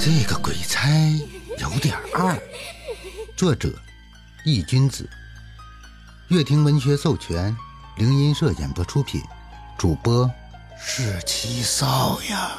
这个鬼差有点二。作者易君子，乐亭文学授权，灵音社演播出品，主播是七少呀。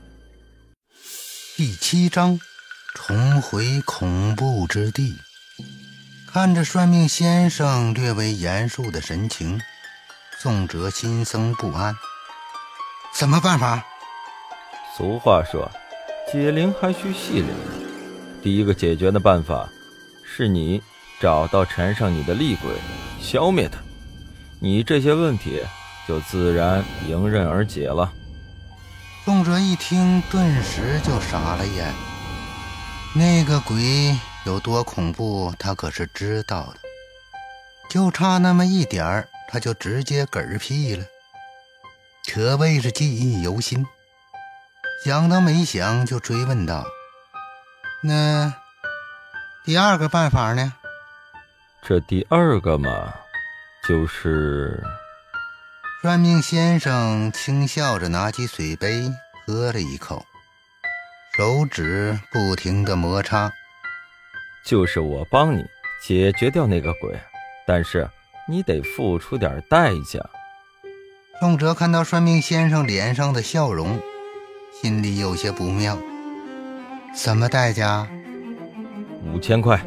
第7章，重回恐怖之地。看着算命先生略微严肃的神情，宋哲心生不安。什么办法？ 俗话说，解铃还需系铃。第一个解决的办法是你找到缠上你的厉鬼，消灭它，你这些问题就自然迎刃而解了。 宋哲一听顿时就傻了眼，那个鬼有多恐怖他可是知道的，就差那么一点儿他就直接嗝屁了，可谓是记忆犹新。想都没想就追问道，那第二个办法呢？ 这第二个嘛，就是算命先生轻笑着拿起水杯喝了一口，手指不停地摩擦。 就是我帮你解决掉那个鬼，但是你得付出点代价。 宋哲看到算命先生脸上的笑容，心里有些不妙。什么代价 ？5000块。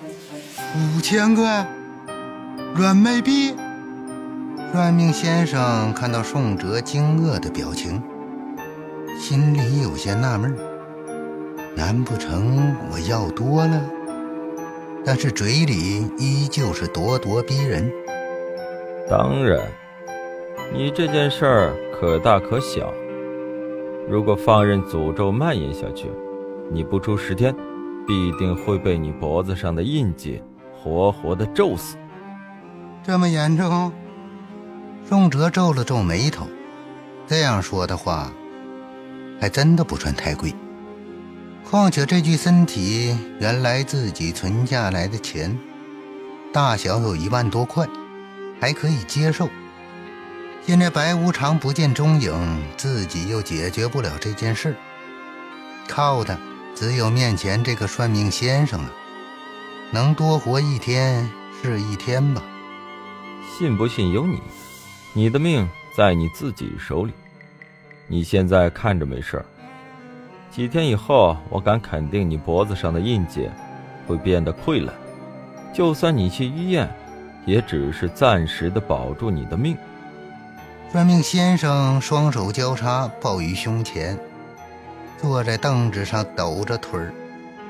5000块？软妹币？算命先生看到宋哲惊愕的表情，心里有些纳闷，难不成我要多了？但是嘴里依旧是咄咄逼人。 当然，你这件事儿可大可小，如果放任诅咒蔓延下去，你不出10天，必定会被你脖子上的印记活活的咒死。 这么严重？宋哲皱了皱眉头，这样说的话还真的不算太贵，况且这具身体原来自己存下来的钱，大小有1万多块，还可以接受。现在白无常不见踪影，自己又解决不了这件事，靠的只有面前这个算命先生了，能多活1天是1天吧。 信不信由你，你的命在你自己手里。你现在看着没事，几天以后我敢肯定你脖子上的印记会变得溃烂，就算你去医院，也只是暂时的保住你的命。 算命先生双手交叉抱于胸前，坐在凳子上抖着腿儿。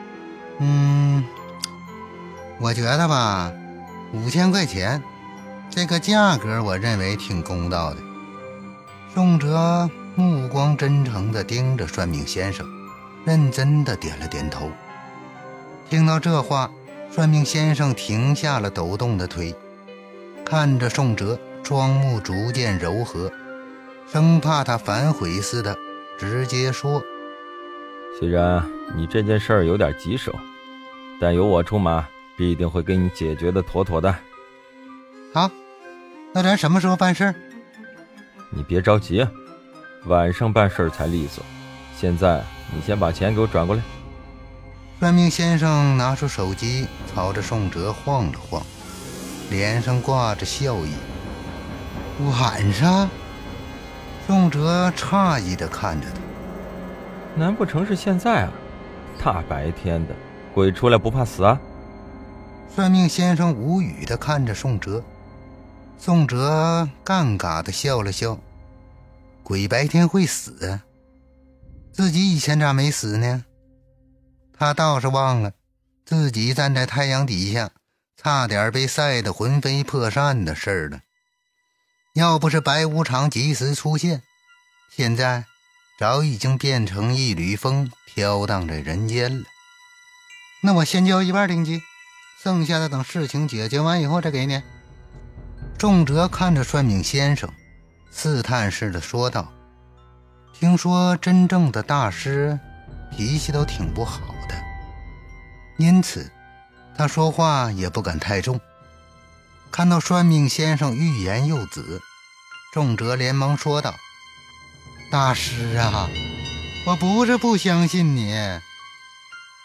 我觉得吧，5000块钱这个价格我认为挺公道的。宋哲目光真诚地盯着算命先生，认真地点了点头。听到这话，算命先生停下了抖动的腿，看着宋哲，双目逐渐柔和，生怕他反悔似的，直接说， 虽然你这件事儿有点棘手，但有我出马，必定会给你解决的妥妥的。 好，那咱什么时候办事？ 你别着急啊，晚上办事才利索。现在你先把钱给我转过来。 算命先生拿出手机朝着宋哲晃了晃，脸上挂着笑意。晚上？宋哲诧异地看着他， 难不成是现在啊？大白天的，鬼出来不怕死啊？ 算命先生无语地看着宋哲，宋哲尴尬地笑了笑，鬼白天会死？自己以前咋没死呢？他倒是忘了，自己站在太阳底下，差点被晒得魂飞魄散的事儿了。要不是白无常及时出现，现在早已经变成一缕风飘荡在人间了。那我先交1半定金，剩下的等事情解决完以后再给你。仲哲看着算命先生，试探似的说道，听说真正的大师脾气都挺不好的，因此他说话也不敢太重。看到算命先生欲言又止，仲哲连忙说道，大师啊，我不是不相信你，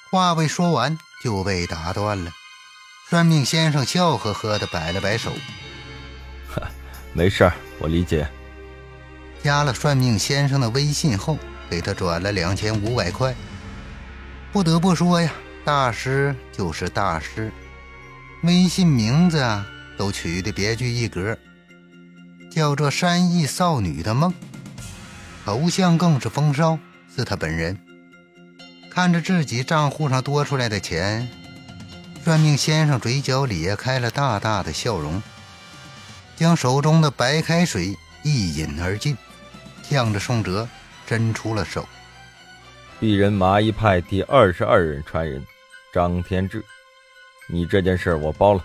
话未说完就被打断了。算命先生笑呵呵地摆了摆手： 没事，我理解。 加了算命先生的微信后，给他转了2500块。不得不说呀，大师就是大师，微信名字啊都取得别具一格，叫做山艺少女的梦，头像更是风骚，是他本人。看着自己账户上多出来的钱，算命先生嘴角咧开了大大的笑容，将手中的白开水一饮而尽，向着宋哲伸出了手。 鄙人麻衣派第22任传人张天志，你这件事我包了。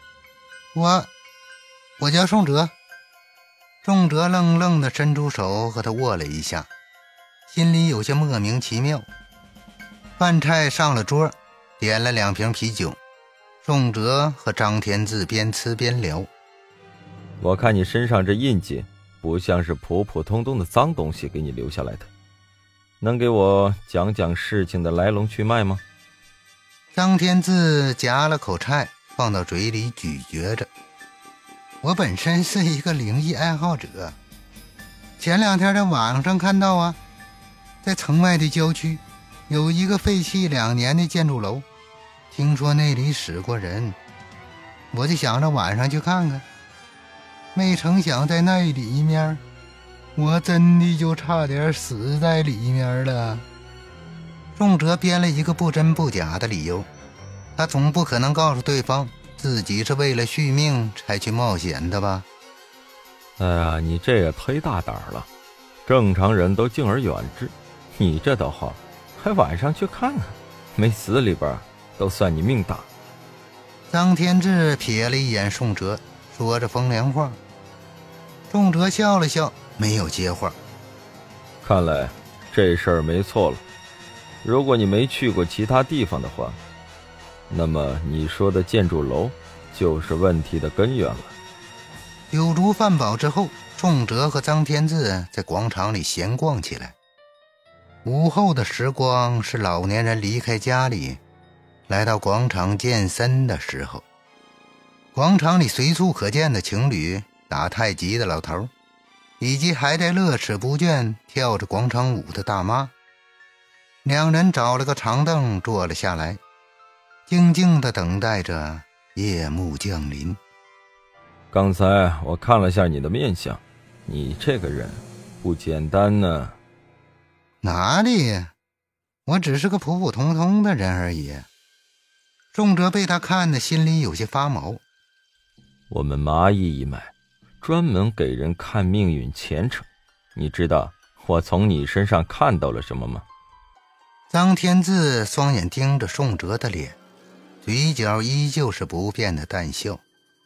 我叫宋哲。宋哲愣愣地伸出手和他握了一下，心里有些莫名其妙。饭菜上了桌，点了2瓶啤酒，宋哲和张天志边吃边聊。 我看你身上这印记不像是普普通通的脏东西给你留下来的，能给我讲讲事情的来龙去脉吗？ 张天志夹了口菜放到嘴里咀嚼着。我本身是一个灵异爱好者，前2天在网上看到啊，在城外的郊区有一个废弃2年的建筑楼，听说那里死过人，我就想着晚上去看看，没成想在那里面，我真的就差点死在里面了。宋哲编了一个不真不假的理由，他总不可能告诉对方自己是为了续命才去冒险的吧？ 哎呀，你这也忒大胆了，正常人都敬而远之，你这的话还晚上去看看，没死里边都算你命大。 张天志瞥了一眼宋哲，说着风凉话。宋哲笑了笑，没有接话。 看来这事儿没错了，如果你没去过其他地方的话，那么你说的建筑楼就是问题的根源了。 酒足饭饱之后，宋哲和张天志在广场里闲逛起来。午后的时光是老年人离开家里来到广场健身的时候。广场里随处可见的情侣、打太极的老头，以及还在乐此不倦跳着广场舞的大妈。2人找了个长凳坐了下来，静静地等待着夜幕降临。 刚才我看了下你的面相，你这个人不简单呢。 哪里，我只是个普普通通的人而已。宋哲被他看得心里有些发毛。 我们麻衣一脉专门给人看命运前程，你知道我从你身上看到了什么吗？ 张天志双眼盯着宋哲的脸，嘴角依旧是不变的淡笑。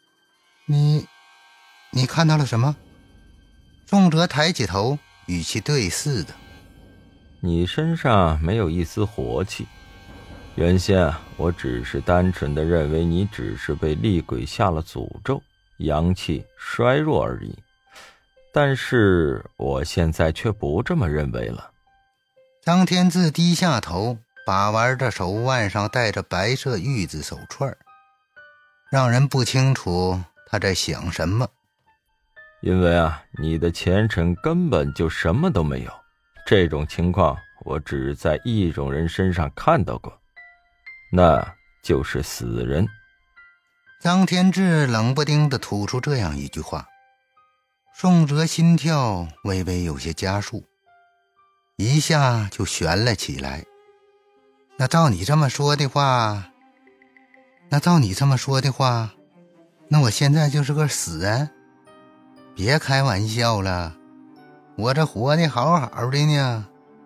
你看到了什么？宋哲抬起头，语气对视的。 你身上没有一丝活气，原先我只是单纯的认为你只是被厉鬼下了诅咒，阳气衰弱而已，但是我现在却不这么认为了。 张天志低下头，把玩着手腕上戴着白色玉子手串，让人不清楚他在想什么。 因为你的前程根本就什么都没有，这种情况我只在一种人身上看到过，那就是死人。 张天志冷不丁地吐出这样一句话，宋哲心跳微微有些加速，一下就悬了起来。那照你这么说的话，那我现在就是个死人？别开玩笑了，我这活得好好的呢。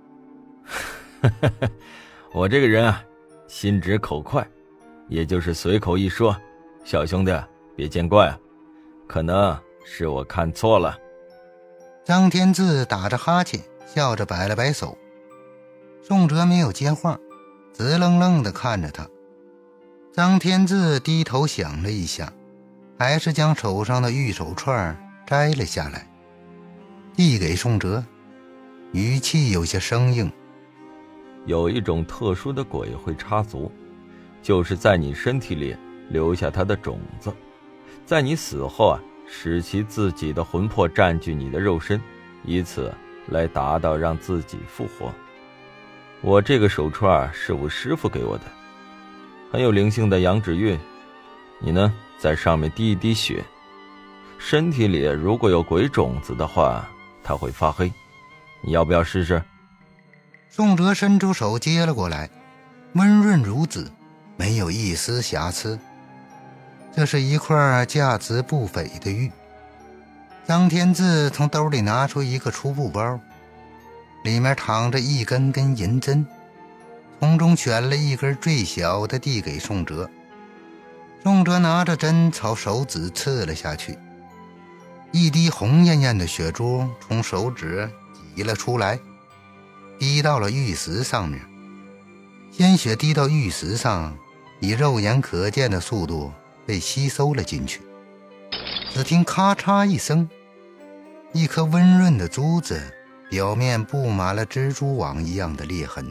我这个人心直口快，也就是随口一说，小兄弟别见怪可能是我看错了。 张天志打着哈欠，笑着摆了摆手。宋哲没有接话，直愣愣地看着他。张天志低头想了一下，还是将手上的玉手串摘了下来，递给宋哲，语气有些生硬。 有一种特殊的鬼会插足，就是在你身体里留下它的种子，在你死后使其自己的魂魄占据你的肉身，以此来达到让自己复活。我这个手串是我师父给我的，很有灵性的羊脂玉，你呢，在上面滴一滴血，身体里如果有鬼种子的话，它会发黑，你要不要试试？ 宋哲伸出手接了过来，温润如紫，没有一丝瑕疵。这是一块价值不菲的玉。张天志从兜里拿出一个粗布包，里面躺着一根根银针，从中选了一根最小的递给宋哲。宋哲拿着针朝手指刺了下去，一滴红艳艳的血珠从手指挤了出来，滴到了玉石上面。鲜血滴到玉石上，以肉眼可见的速度被吸收了进去。只听咔嚓一声，一颗温润的珠子表面布满了蜘蛛网一样的裂痕。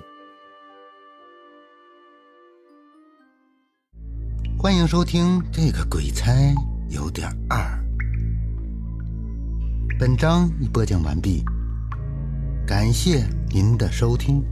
欢迎收听这个鬼差有点二。本章已播讲完毕，感谢您的收听。